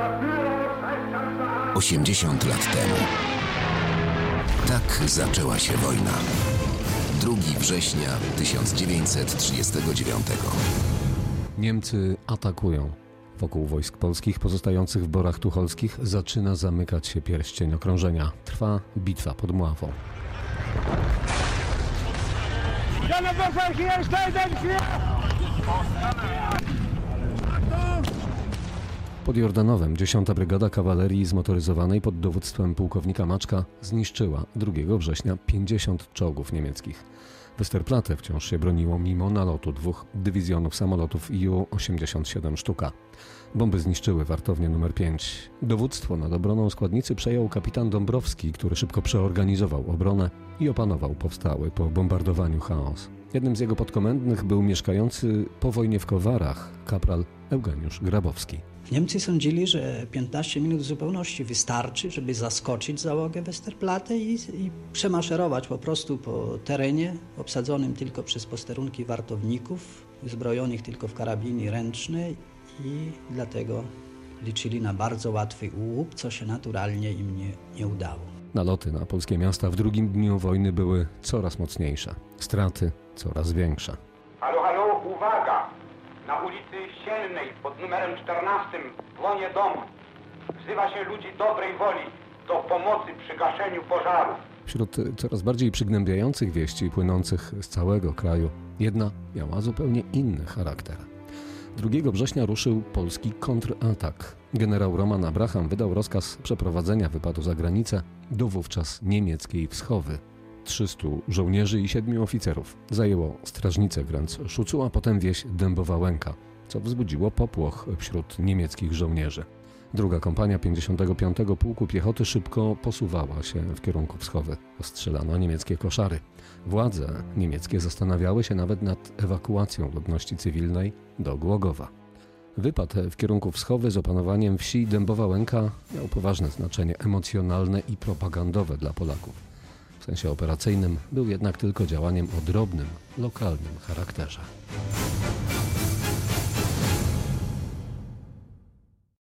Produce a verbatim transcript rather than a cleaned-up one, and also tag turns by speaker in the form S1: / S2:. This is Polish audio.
S1: osiemdziesiąt lat temu. Tak zaczęła się wojna. drugiego września tysiąc dziewięćset trzydziestego dziewiątego.
S2: Niemcy atakują. Wokół wojsk polskich pozostających w Borach Tucholskich zaczyna zamykać się pierścień okrążenia. Trwa bitwa pod Mławą. Pod Jordanowem dziesiąta Brygada Kawalerii Zmotoryzowanej pod dowództwem pułkownika Maczka zniszczyła drugiego września pięćdziesiąt czołgów niemieckich. Westerplatte wciąż się broniło mimo nalotu dwóch dywizjonów samolotów Ju osiemdziesiąt siedem Sztuka. Bomby zniszczyły wartownię numer pięć. Dowództwo nad obroną składnicy przejął kapitan Dąbrowski, który szybko przeorganizował obronę i opanował powstały po bombardowaniu chaos. Jednym z jego podkomendnych był mieszkający po wojnie w Kowarach kapral Eugeniusz Grabowski.
S3: Niemcy sądzili, że piętnaście minut w zupełności wystarczy, żeby zaskoczyć załogę Westerplatte i, i przemaszerować po prostu po terenie obsadzonym tylko przez posterunki wartowników, uzbrojonych tylko w karabiny ręczne i dlatego liczyli na bardzo łatwy łup, co się naturalnie im nie, nie udało.
S2: Naloty na polskie miasta w drugim dniu wojny były coraz mocniejsze, straty coraz większe.
S4: Halo, halo, uwaga! Na ulicy Siennej pod numerem czternastym w łonie domu wzywa się ludzi dobrej woli do pomocy przy gaszeniu pożarów.
S2: Wśród coraz bardziej przygnębiających wieści płynących z całego kraju jedna miała zupełnie inny charakter. drugiego września ruszył polski kontratak. Generał Roman Abraham wydał rozkaz przeprowadzenia wypadu za granicę do wówczas niemieckiej Wschowy. trzystu żołnierzy i siedmiu oficerów zajęło strażnicę Gręc-Szucu, a potem wieś Dębowa Łęka, co wzbudziło popłoch wśród niemieckich żołnierzy. Druga kompania pięćdziesiątego piątego Pułku Piechoty szybko posuwała się w kierunku Wschowy. Ostrzelano niemieckie koszary. Władze niemieckie zastanawiały się nawet nad ewakuacją ludności cywilnej do Głogowa. Wypad w kierunku Wschowy z opanowaniem wsi Dębowa Łęka miał poważne znaczenie emocjonalne i propagandowe dla Polaków. W sensie operacyjnym był jednak tylko działaniem o drobnym, lokalnym charakterze.